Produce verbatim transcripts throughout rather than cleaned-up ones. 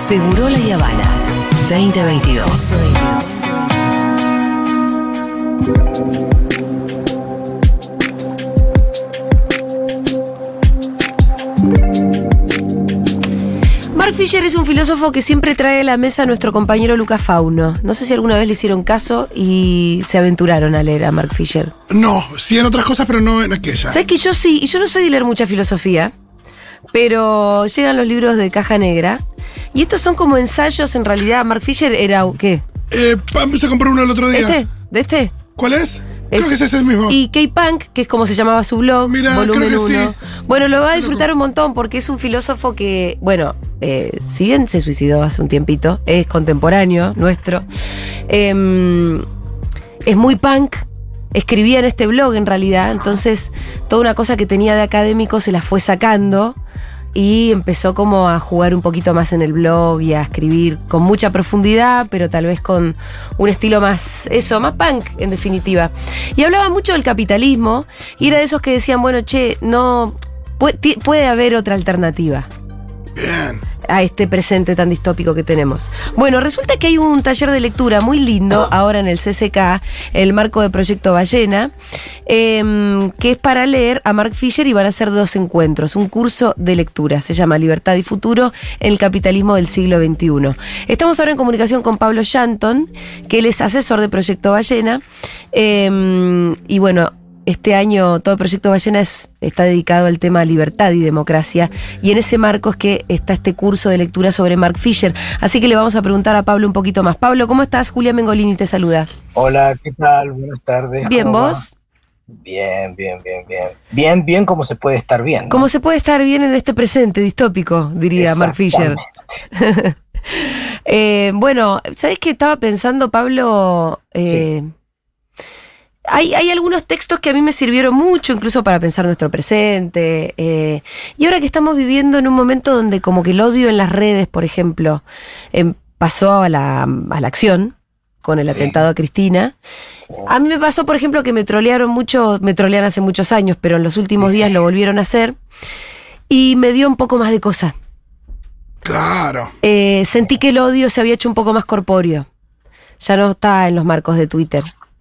Segurola y Habana veinte veintidós. Mark Fisher es un filósofo que siempre trae a la mesa a nuestro compañero Lucas Fauno. No sé si alguna vez le hicieron caso y se aventuraron a leer a Mark Fisher. No, sí en otras cosas, pero no en aquella. ¿Sabes que yo sí? Y yo no soy de leer mucha filosofía, pero llegan los libros de caja negra. Y estos son como ensayos, en realidad. Mark Fisher era, ¿qué? Eh, empecé a comprar uno el otro día. ¿Este? ¿De este? ¿Cuál es? Es, creo que ese es el mismo. Y K-Punk, que es como se llamaba su blog, Mirá, volumen creo que uno. sí. Bueno, lo va a disfrutar un montón porque es un filósofo que, bueno, eh, si bien se suicidó hace un tiempito, es contemporáneo nuestro, eh, es muy punk, escribía en este blog en realidad, entonces toda una cosa que tenía de académico se la fue sacando y empezó como a jugar un poquito más en el blog y a escribir con mucha profundidad, pero tal vez con un estilo más, eso, más punk, en definitiva. Y hablaba mucho del capitalismo, y era de esos que decían, bueno, che, no, puede, puede haber otra alternativa. Bien. A este presente tan distópico que tenemos. Bueno, resulta que hay un taller de lectura muy lindo ahora en el C C K, el marco de Proyecto Ballena, eh, que es para leer a Mark Fisher y van a ser dos encuentros, un curso de lectura, se llama Libertad y Futuro en el capitalismo del siglo veintiuno. Estamos ahora en comunicación con Pablo Shanton, que él es asesor de Proyecto Ballena, eh, y bueno, este año todo el Proyecto Ballena es, está dedicado al tema libertad y democracia, y en ese marco es que está este curso de lectura sobre Mark Fisher. Así que le vamos a preguntar a Pablo un poquito más. Pablo, ¿cómo estás? Julia Mengolini te saluda. Hola, ¿qué tal? Buenas tardes. Bien, ¿vos? Va? Bien, bien, bien, bien. Bien, bien, como se puede estar bien, ¿no? Como se puede estar bien en este presente distópico, diría Mark Fisher. eh, bueno, ¿sabés qué estaba pensando, Pablo? Eh, sí. Hay, hay algunos textos que a mí me sirvieron mucho, incluso para pensar nuestro presente. Eh, y ahora que estamos viviendo en un momento donde como que el odio en las redes, por ejemplo, eh, pasó a la, a la acción con el sí. atentado a Cristina. Sí. A mí me pasó, por ejemplo, que me trolearon mucho, me trolean hace muchos años, pero en los últimos sí. días lo volvieron a hacer. Y me dio un poco más de cosa. Claro. Eh, sentí que el odio se había hecho un poco más corpóreo. Ya no está en los marcos de Twitter.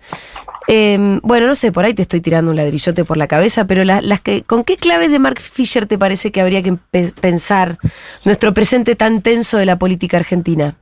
Eh, bueno, no sé, por ahí te estoy tirando un ladrillote por la cabeza, pero la, las que, ¿con qué claves de Mark Fisher te parece que habría que pe- pensar nuestro presente tan tenso de la política argentina?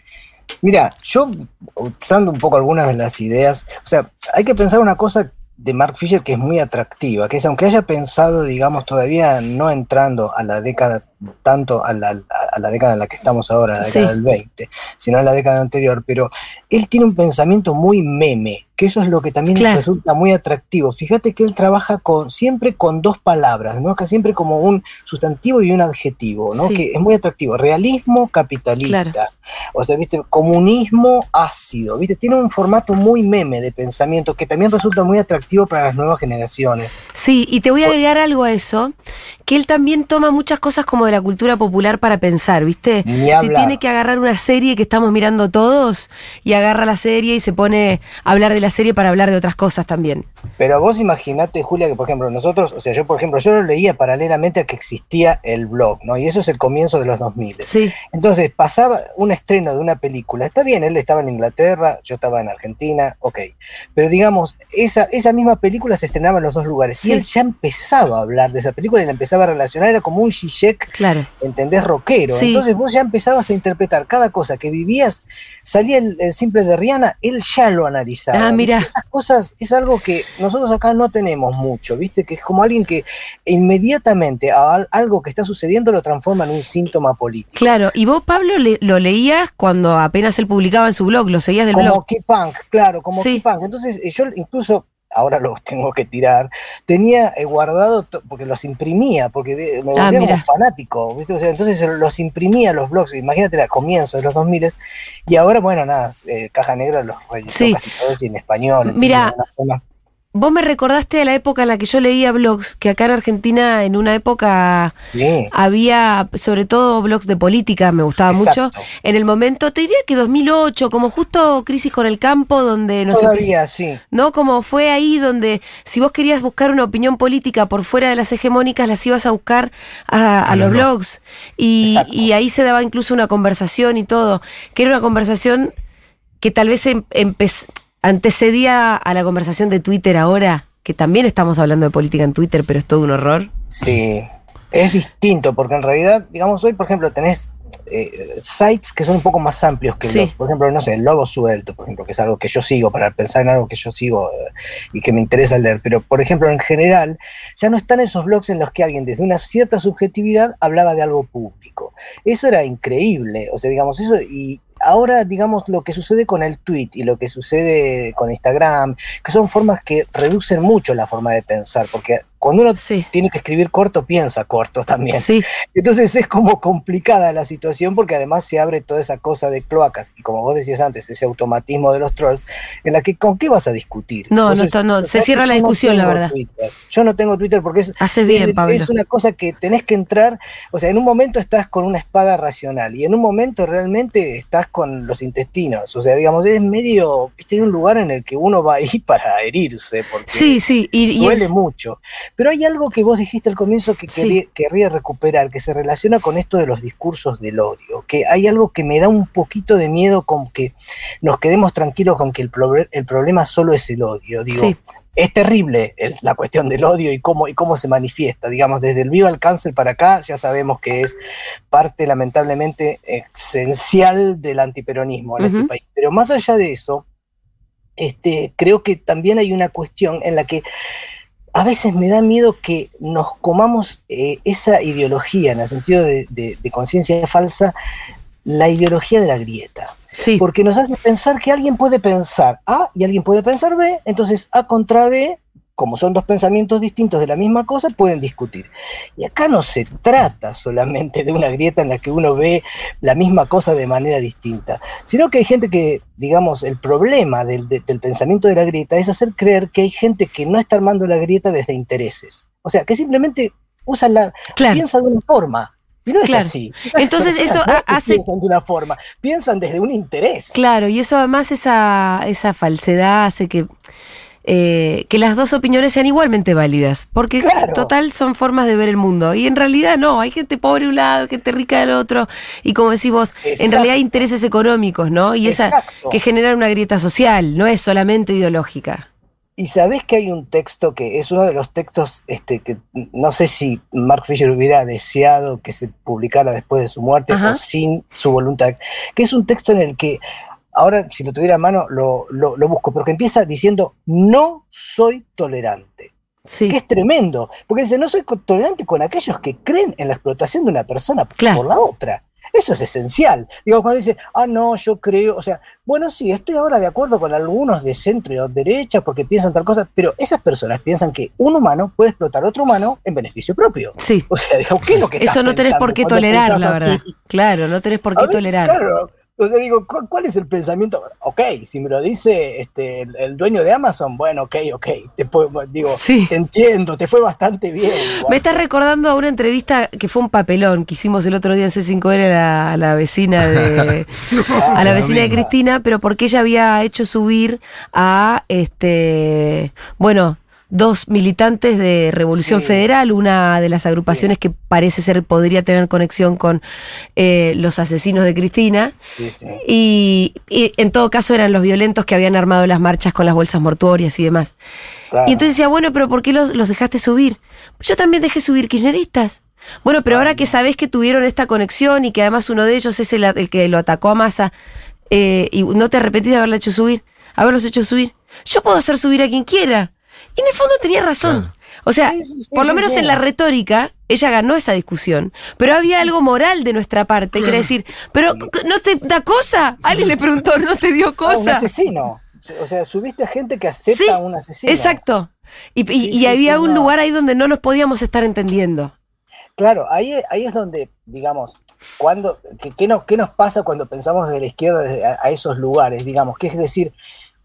Mira, yo, usando un poco algunas de las ideas, o sea, hay que pensar una cosa de Mark Fisher que es muy atractiva, que es, aunque haya pensado, digamos, todavía no entrando a la década, tanto a la, a la década en la que estamos ahora, la década sí. del veinte, sino a la década anterior, pero él tiene un pensamiento muy meme, que eso es lo que también claro. resulta muy atractivo. Fíjate que él trabaja con, siempre con dos palabras, ¿no? Que siempre como un sustantivo y un adjetivo, ¿no? Sí. Que es muy atractivo. Realismo capitalista. Claro. O sea, ¿viste? Comunismo ácido, ¿viste? Tiene un formato muy meme de pensamiento que también resulta muy atractivo para las nuevas generaciones. Sí, y te voy a agregar algo a eso, que él también toma muchas cosas como de la cultura popular para pensar, ¿viste? Si tiene que agarrar una serie que estamos mirando todos y agarra la serie y se pone a hablar de la serie para hablar de otras cosas también. Pero vos imaginate, Julia, que por ejemplo nosotros, o sea, yo por ejemplo, yo lo leía paralelamente a que existía el blog, ¿no? Y eso es el comienzo de los dos mil. Sí. Entonces pasaba un estreno de una película, está bien, él estaba en Inglaterra, yo estaba en Argentina, ok, pero digamos, esa, esa misma película se estrenaba en los dos lugares, sí. y él ya empezaba a hablar de esa película y la empezaba a relacionar, era como un Zizek, claro. ¿entendés? Rockero, sí. Entonces vos ya empezabas a interpretar cada cosa que vivías, salía el, el simple de Rihanna, él ya lo analizaba. Ah, mira. Esas cosas es algo que nosotros acá no tenemos mucho, ¿viste? Que es como alguien que inmediatamente a algo que está sucediendo lo transforma en un síntoma político. Claro, y vos, Pablo, le, lo leías cuando apenas él publicaba en su blog, lo seguías del como blog. Como K-Punk, claro, como sí. K-Punk. Entonces yo incluso, ahora lo tengo que tirar, tenía eh, guardado, to- porque los imprimía, porque me volvía ah, como fanático, ¿viste? O sea, entonces los imprimía los blogs, imagínate, a comienzos de los dos mil, y ahora, bueno, nada, eh, Caja Negra los reeditó sí. casi todos en español. Mira, vos me recordaste a la época en la que yo leía blogs, que acá en Argentina en una época Sí. había sobre todo blogs de política, me gustaba Exacto. mucho. En el momento, te diría que dos mil ocho, como justo Crisis con el Campo, donde nos Todavía, sí. ¿no? Como fue ahí donde si vos querías buscar una opinión política por fuera de las hegemónicas, las ibas a buscar a, a A los los blogs. Y, Exacto. y ahí se daba incluso una conversación y todo, que era una conversación que tal vez em- empe- antecedía a la conversación de Twitter ahora, que también estamos hablando de política en Twitter, pero es todo un horror. Sí, es distinto, porque en realidad, digamos, hoy, por ejemplo, tenés eh, sites que son un poco más amplios que Sí. los, por ejemplo, no sé, el Lobo Suelto, por ejemplo, que es algo que yo sigo, para pensar en algo que yo sigo eh, y que me interesa leer, pero, por ejemplo, en general, ya no están esos blogs en los que alguien desde una cierta subjetividad hablaba de algo público. Eso era increíble, o sea, digamos, eso, y ahora, digamos, lo que sucede con el tweet y lo que sucede con Instagram, que son formas que reducen mucho la forma de pensar, porque cuando uno Sí. tiene que escribir corto, piensa corto también. Sí, Entonces es como complicada la situación, porque además se abre toda esa cosa de cloacas, y como vos decías antes, ese automatismo de los trolls, en la que ¿con qué vas a discutir? No, Vos no, decís, esto no, o se sea, cierra que la yo no discusión, la tengo verdad. Twitter. Yo no tengo Twitter porque es, haces bien, es, Pablo. es una cosa que tenés que entrar, o sea, en un momento estás con una espada racional y en un momento realmente estás con los intestinos, o sea, digamos, es medio, viste, hay un lugar en el que uno va ahí para herirse, porque Sí, sí, y, y duele es- mucho. Pero hay algo que vos dijiste al comienzo que Sí. quería, querría recuperar, que se relaciona con esto de los discursos del odio, que hay algo que me da un poquito de miedo con que nos quedemos tranquilos con que el, proble- el problema solo es el odio, digo. Sí. Es terrible el- la cuestión del odio y cómo, y cómo se manifiesta. Digamos, desde el Viva el Cáncer para acá ya sabemos que es parte lamentablemente esencial del antiperonismo en Ujú. este país. Pero más allá de eso, este, creo que también hay una cuestión en la que a veces me da miedo que nos comamos eh, esa ideología, en el sentido de, de- de conciencia falsa, la ideología de la grieta. sí. Porque nos hace pensar que alguien puede pensar A y alguien puede pensar B, entonces A contra B, como son dos pensamientos distintos de la misma cosa, pueden discutir. Y acá no se trata solamente de una grieta en la que uno ve la misma cosa de manera distinta, sino que hay gente que, digamos, el problema del, de- del pensamiento de la grieta es hacer creer que hay gente que no está armando la grieta desde intereses. O sea, que simplemente usa la, Claro. piensa de una forma. Y no es Claro. así. Esas Entonces, personas eso no es que hace- piensan de una forma, piensan desde un interés. Claro, y eso además, esa, esa falsedad hace que, eh, que las dos opiniones sean igualmente válidas, porque Claro. total son formas de ver el mundo, y en realidad no, hay gente pobre de un lado, gente rica del otro, y como decís vos, en Exacto. realidad hay intereses económicos, ¿no? Y esa Exacto. que generan una grieta social, no es solamente ideológica. Y sabés que hay un texto que es uno de los textos este, que no sé si Mark Fisher hubiera deseado que se publicara después de su muerte Ajá. o sin su voluntad, que es un texto en el que, ahora si lo tuviera a mano lo, lo, lo busco, pero que empieza diciendo no soy tolerante. Sí, Que es tremendo, porque dice no soy co- tolerante con aquellos que creen en la explotación de una persona Claro. por la otra. Eso es esencial. Digo, cuando dice, ah, no, yo creo, o sea, bueno, sí, estoy ahora de acuerdo con algunos de centro y de derecha porque piensan tal cosa, pero esas personas piensan que un humano puede explotar a otro humano en beneficio propio. sí. O sea, digo, ¿qué es lo que estás Eso no tenés pensando por qué cuando tolerar, pensás la así? verdad. Claro, no tenés por A qué ver, tolerar. Claro. O sea, digo, ¿cu- ¿cuál es el pensamiento? Ok, si me lo dice este, el, el dueño de Amazon, bueno, ok, ok. Te puedo- digo, Sí. te entiendo, te fue bastante bien. Me Juan. estás recordando a una entrevista que fue un papelón que hicimos el otro día en C cinco N a la, a la vecina de a la lo vecina de mismo. Cristina, pero porque ella había hecho subir a este bueno, dos militantes de Revolución Sí. Federal, una de las agrupaciones que parece ser podría tener conexión con eh, los asesinos de Cristina. Sí, sí. Y, y en todo caso eran los violentos que habían armado las marchas con las bolsas mortuorias y demás. Claro. Y entonces decía, bueno, pero ¿por qué los, los dejaste subir? Yo también dejé subir kirchneristas. Bueno, pero ahora que sabés que tuvieron esta conexión y que además uno de ellos es el, el que lo atacó a Massa, eh, y no te arrepentís de haberla hecho subir, haberlos hecho subir. Yo puedo hacer subir a quien quiera. Y en el fondo tenía razón. Claro. O sea, Sí, sí, sí, por lo sí, menos sí. en la retórica, ella ganó esa discusión. Pero había algo moral de nuestra parte, que era decir, pero ¿no te da cosa? Alguien le preguntó, ¿no te dio Ah, un cosa? asesino. O sea, subiste a gente que acepta Sí, a un asesino. Exacto. Y, y- Sí, y sí, había sí, un no. lugar ahí donde no nos podíamos estar entendiendo. Claro, ahí, ahí es donde, digamos, cuando, ¿qué, qué nos, qué nos pasa cuando pensamos desde la izquierda desde a, a esos lugares? Digamos, que es decir,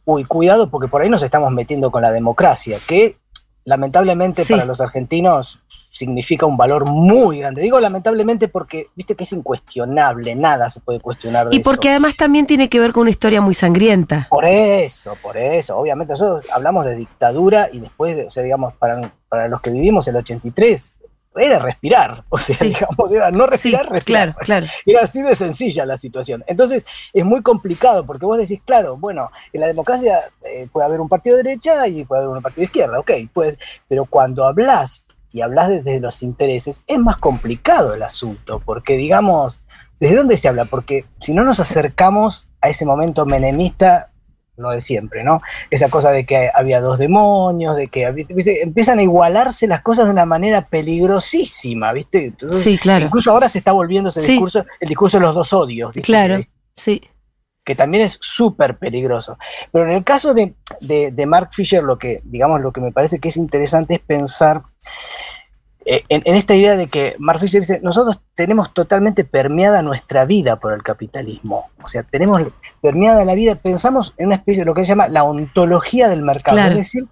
uy, cuidado porque por ahí nos estamos metiendo con la democracia, que lamentablemente sí. para los argentinos significa un valor muy grande. Digo lamentablemente porque, viste que es incuestionable, nada se puede cuestionar de Y porque eso. además también tiene que ver con una historia muy sangrienta. Por eso, por eso. Obviamente nosotros hablamos de dictadura y después, de, o sea, digamos, para, para los que vivimos el ochenta y tres, era respirar, o sea, sí. digamos, era no respirar, sí, respirar. Claro, claro. Era así de sencilla la situación. Entonces, es muy complicado, porque vos decís, claro, bueno, en la democracia eh, puede haber un partido de derecha y puede haber un partido de izquierda, ok, pues, pero cuando hablas, y hablas desde los intereses, es más complicado el asunto, porque, digamos, ¿desde dónde se habla? Porque si no nos acercamos a ese momento menemista, lo de siempre, ¿no? Esa cosa de que había dos demonios, de que ¿viste? Empiezan a igualarse las cosas de una manera peligrosísima, ¿viste? Entonces, sí, claro. Incluso ahora se está volviendo ese sí. discurso, el discurso de los dos odios, ¿viste? Claro, que, sí. Que también es súper peligroso. Pero en el caso de, de, de Mark Fisher, lo que, digamos, lo que me parece que es interesante es pensar En, en esta idea de que Mark Fisher dice, nosotros tenemos totalmente permeada nuestra vida por el capitalismo, o sea, tenemos permeada la vida, pensamos en una especie de lo que se llama la ontología del mercado, claro. Es decir,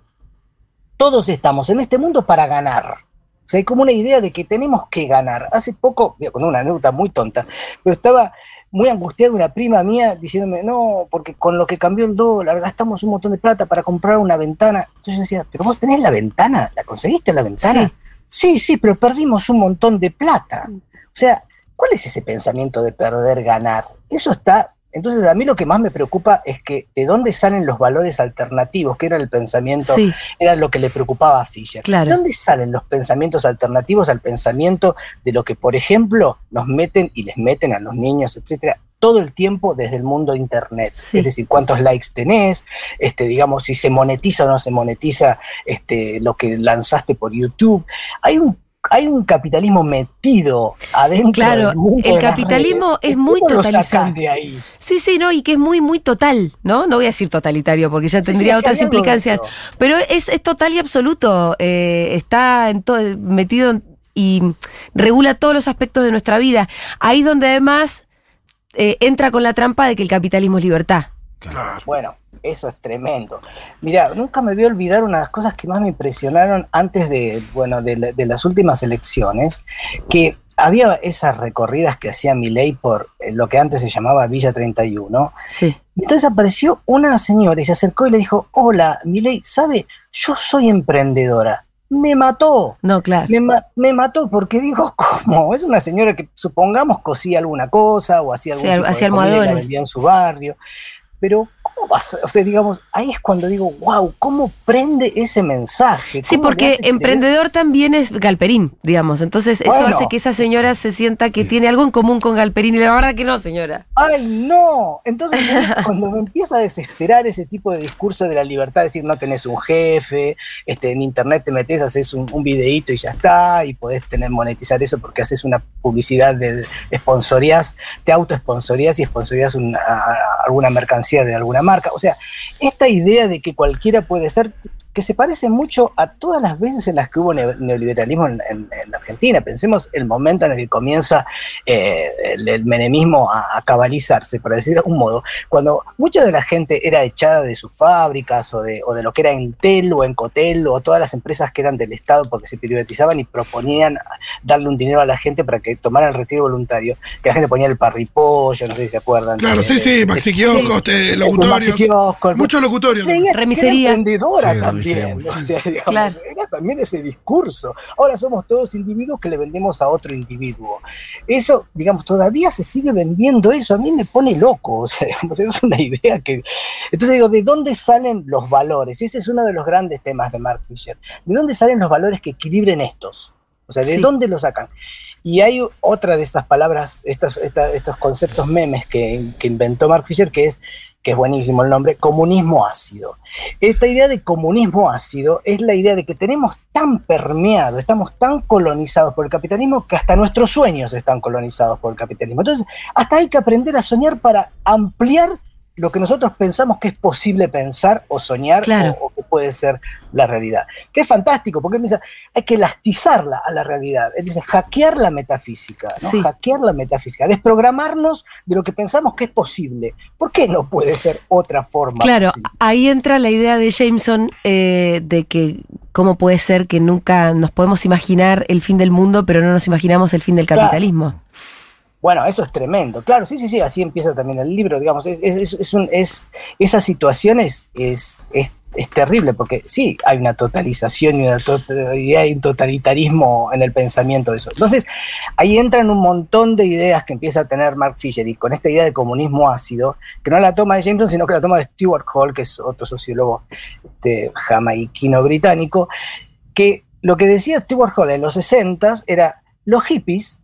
todos estamos en este mundo para ganar, o sea, hay como una idea de que tenemos que ganar. Hace poco, con una anécdota muy tonta, pero estaba muy angustiada una prima mía diciéndome, no, porque con lo que cambió el dólar gastamos un montón de plata para comprar una ventana. Entonces yo decía, pero vos tenés la ventana, ¿la conseguiste la ventana? Sí. Sí, sí, pero perdimos un montón de plata. O sea, ¿cuál es ese pensamiento de perder, ganar? Eso está... Entonces, a mí lo que más me preocupa es que de dónde salen los valores alternativos, que era el pensamiento, sí. era lo que le preocupaba a Fisher. Claro. ¿De dónde salen los pensamientos alternativos al pensamiento de lo que, por ejemplo, nos meten y les meten a los niños, etcétera, todo el tiempo desde el mundo de internet? Sí. Es decir, cuántos likes tenés, este, digamos, si se monetiza o no se monetiza este, lo que lanzaste por YouTube. Hay un Hay un capitalismo metido adentro claro, del mundo. El capitalismo es muy totalizante. De ahí? Sí, sí, no, y que es muy, muy total, ¿no? No voy a decir totalitario porque ya sí, tendría sí, otras implicancias. Pero es, es total y absoluto. Eh, está en todo, metido en, y regula todos los aspectos de nuestra vida. Ahí donde además eh, entra con la trampa de que el capitalismo es libertad. Claro. Bueno, eso es tremendo. Mirá, nunca me voy a olvidar una de las cosas que más me impresionaron antes de, bueno, de, la, de las últimas elecciones, que había esas recorridas que hacía Milei por lo que antes se llamaba Villa treinta y uno. Sí. Y entonces apareció una señora y se acercó y le dijo, hola, Milei, ¿sabe? Yo soy emprendedora. Me mató. No, claro. Me, ma- me mató porque digo, ¿cómo? Es una señora que supongamos cosía alguna cosa o hacía algún sí, tipo hacía de comida y la almohadones. vendía en su barrio. Pero, ¿cómo vas? O sea, digamos, ahí es cuando digo, wow, ¿cómo prende ese mensaje? Sí, porque emprendedor también es Galperín, digamos. Entonces, eso bueno, hace que esa señora se sienta que tiene algo en común con Galperín. Y la verdad que no, señora. ¡Ay, no! Entonces, cuando me empieza a desesperar ese tipo de discurso de la libertad, es decir, no tenés un jefe, este, en internet te metés, haces un, un videíto y ya está, y podés tener monetizar eso porque haces una publicidad de, de sponsorías, te auto-sponsorías y sponsorías una, alguna mercancía de alguna marca. O sea, esta idea de que cualquiera puede ser, que se parece mucho a todas las veces en las que hubo ne- neoliberalismo en, en, en la Argentina. Pensemos el momento en el que comienza eh, el, el menemismo a, a cabalizarse, por decir de algún modo, cuando mucha de la gente era echada de sus fábricas o de, o de lo que era Entel o Encotel o todas las empresas que eran del Estado porque se privatizaban y proponían darle un dinero a la gente para que tomara el retiro voluntario, que la gente ponía el parripollo, no sé si se acuerdan. Claro, de, sí, sí, de, Maxi de, Kioscos, de, locutorios, kiosco, muchos locutorios. Remisería. Era emprendedora sí, también. O sea, digamos, claro. Era también ese discurso. Ahora somos todos individuos que le vendemos a otro individuo. Eso, digamos, todavía se sigue vendiendo eso. A mí me pone loco. O sea, digamos, es una idea que... Entonces digo, ¿de dónde salen los valores? Y ese es uno de los grandes temas de Mark Fisher. ¿De dónde salen los valores que equilibren estos? O sea, ¿de sí. dónde los sacan? Y hay otra de estas palabras, estos, esta, estos conceptos memes que, que inventó Mark Fisher, que es, que es buenísimo el nombre, comunismo ácido. Esta idea de comunismo ácido es la idea de que tenemos tan permeado, estamos tan colonizados por el capitalismo que hasta nuestros sueños están colonizados por el capitalismo. Entonces, hasta hay que aprender a soñar para ampliar lo que nosotros pensamos que es posible pensar o soñar, claro. o, o que puede ser la realidad. Que es fantástico, porque él dice, hay que elastizarla a la realidad. Él dice, hackear la metafísica, ¿no? Sí. Hackear la metafísica, desprogramarnos de lo que pensamos que es posible. ¿Por qué no puede ser otra forma? Claro, posible? ahí entra la idea de Jameson eh, de que cómo puede ser que nunca nos podemos imaginar el fin del mundo, pero no nos imaginamos el fin del capitalismo. Claro. Bueno, eso es tremendo. Claro, sí, sí, sí, así empieza también el libro, digamos. Es, es, es un, es, esa situación es, es, es, es terrible, porque sí, hay una totalización y, una to y hay un totalitarismo en el pensamiento de eso. Entonces, ahí entran un montón de ideas que empieza a tener Mark Fisher, y con esta idea de comunismo ácido, que no la toma de Jameson, sino que la toma de Stuart Hall, que es otro sociólogo este, jamaiquino británico, que lo que decía Stuart Hall en los sesentas era, los hippies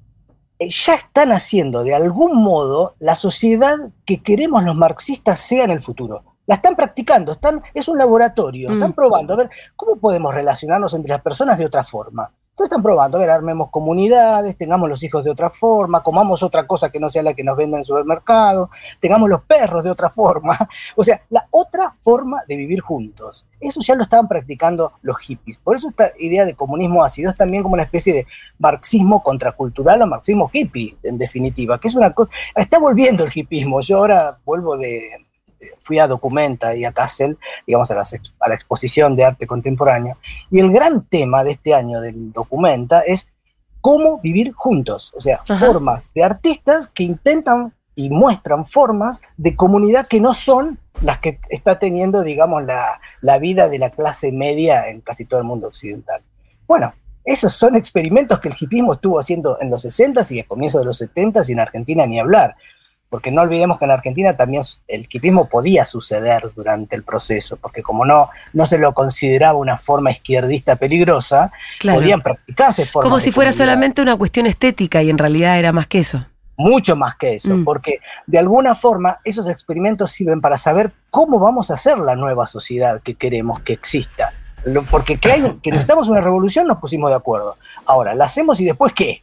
ya están haciendo de algún modo la sociedad que queremos los marxistas sea en el futuro. La están practicando, están, es un laboratorio, mm. están probando, a ver, ¿cómo podemos relacionarnos entre las personas de otra forma? Entonces están probando, a ver, armemos comunidades, tengamos los hijos de otra forma, comamos otra cosa que no sea la que nos venden en el supermercado, tengamos los perros de otra forma, o sea, la otra forma de vivir juntos. Eso ya lo estaban practicando los hippies. Por eso esta idea de comunismo ácido es también como una especie de marxismo contracultural o marxismo hippie, en definitiva, que es una cosa, está volviendo el hippismo. Yo ahora vuelvo de, de fui a Documenta y a Kassel, digamos a, las, a la exposición de arte contemporáneo, y el gran tema de este año del Documenta es cómo vivir juntos, o sea, Ajá. formas de artistas que intentan y muestran formas de comunidad que no son las que está teniendo, digamos, la, la vida de la clase media en casi todo el mundo occidental. Bueno, esos son experimentos que el hippismo estuvo haciendo en los sesentas y a comienzos de los setentas, y en Argentina ni hablar, porque no olvidemos que en Argentina también el hippismo podía suceder durante el proceso, porque como no, no se lo consideraba una forma izquierdista peligrosa, claro. podían practicarse formas como si fuera comunidad. Solamente una cuestión estética, y en realidad era más que eso. Mucho más que eso, mm. porque de alguna forma esos experimentos sirven para saber cómo vamos a hacer la nueva sociedad que queremos que exista. Porque que, hay, que necesitamos una revolución, nos pusimos de acuerdo. Ahora, la hacemos y después ¿qué?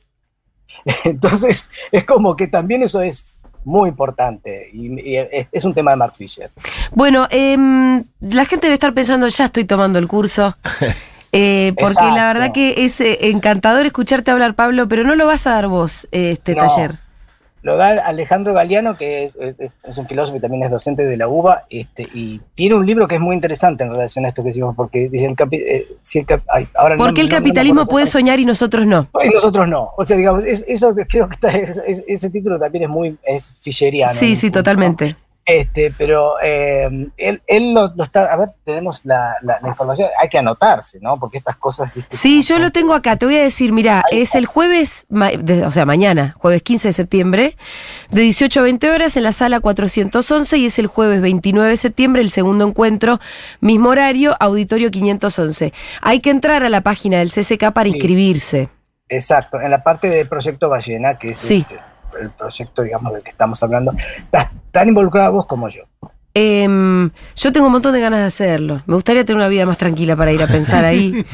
Entonces, es como que también eso es muy importante, y, y es, es un tema de Mark Fisher. Bueno, eh, la gente debe estar pensando, ya estoy tomando el curso. Eh, porque Exacto. la verdad que es eh, encantador escucharte hablar, Pablo, pero no lo vas a dar vos, eh, este no. taller. Lo da Alejandro Galeano, que es, es un filósofo y también es docente de la UBA, este, y tiene un libro que es muy interesante en relación a esto que decimos, porque dice el, capi, eh, si el cap, ay, ahora ¿Por qué no, el capitalismo no, no puede soñar y nosotros no? Y nosotros no. O sea, digamos, es, eso creo que está, es, es, ese título también es muy es fisheriano. Sí, ¿no? sí, totalmente. ¿no? Este, pero eh, él, él lo, lo está, a ver, tenemos la, la, la información, hay que anotarse, ¿no? Porque estas cosas... ¿viste? Sí, yo lo tengo acá, te voy a decir, mira, es el jueves, o sea, mañana, jueves quince de septiembre, de dieciocho a veinte horas en la sala cuatrocientos once, y es el jueves veintinueve de septiembre, el segundo encuentro, mismo horario, auditorio quinientos once. Hay que entrar a la página del C C K para sí. inscribirse. Exacto, en la parte del proyecto Ballena, que es... Sí. Este, el proyecto, digamos, del que estamos hablando, estás tan involucrada vos como yo. Eh, yo tengo un montón de ganas de hacerlo. Me gustaría tener una vida más tranquila para ir a pensar ahí.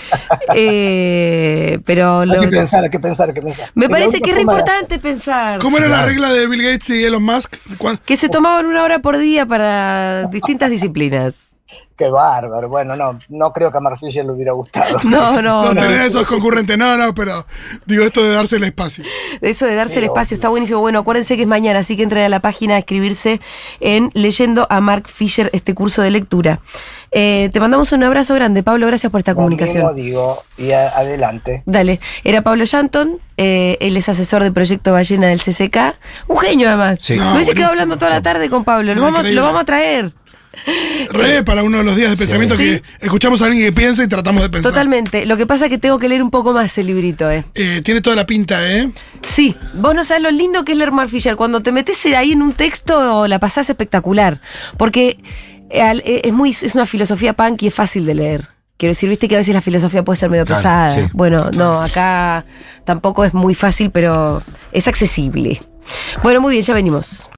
eh, pero lo, hay que pensar, hay que pensar, hay que pensar. Me pero parece que es re importante pensar. ¿Cómo era la regla de Bill Gates y Elon Musk? ¿Cuándo? Que se tomaban una hora por día para distintas disciplinas. Qué bárbaro. Bueno, no, no creo que a Mark Fisher le hubiera gustado. No, no. No, no tener esos concurrentes, no, no, pero digo esto de darse el espacio. Eso de darse sí, el espacio obvio. Está buenísimo. Bueno, acuérdense que es mañana, así que entren a la página a escribirse en Leyendo a Mark Fisher, este curso de lectura. Eh, te mandamos un abrazo grande, Pablo, gracias por esta Lo comunicación. mismo digo, y a, adelante. Dale, era Pablo Shanton, eh, él es asesor de Proyecto Ballena del C C K. Un genio además. Sí. Me No, hubiese quedado buenísimo. hablando toda la tarde con Pablo. Lo, No, vamos, lo vamos a traer. Re para uno de los días de pensamiento ¿Sí? que escuchamos a alguien que piensa y tratamos de pensar. Totalmente. Lo que pasa es que tengo que leer un poco más el librito, ¿eh? Eh, tiene toda la pinta, ¿eh? Sí, vos no sabés lo lindo que es leer Mark Fisher. Cuando te metes ahí en un texto, la pasás espectacular. Porque es, muy, es una filosofía punk y es fácil de leer. Quiero decir, viste que a veces la filosofía puede ser medio Claro, pesada. sí. Bueno, no, acá tampoco es muy fácil, pero es accesible. Bueno, muy bien, ya venimos.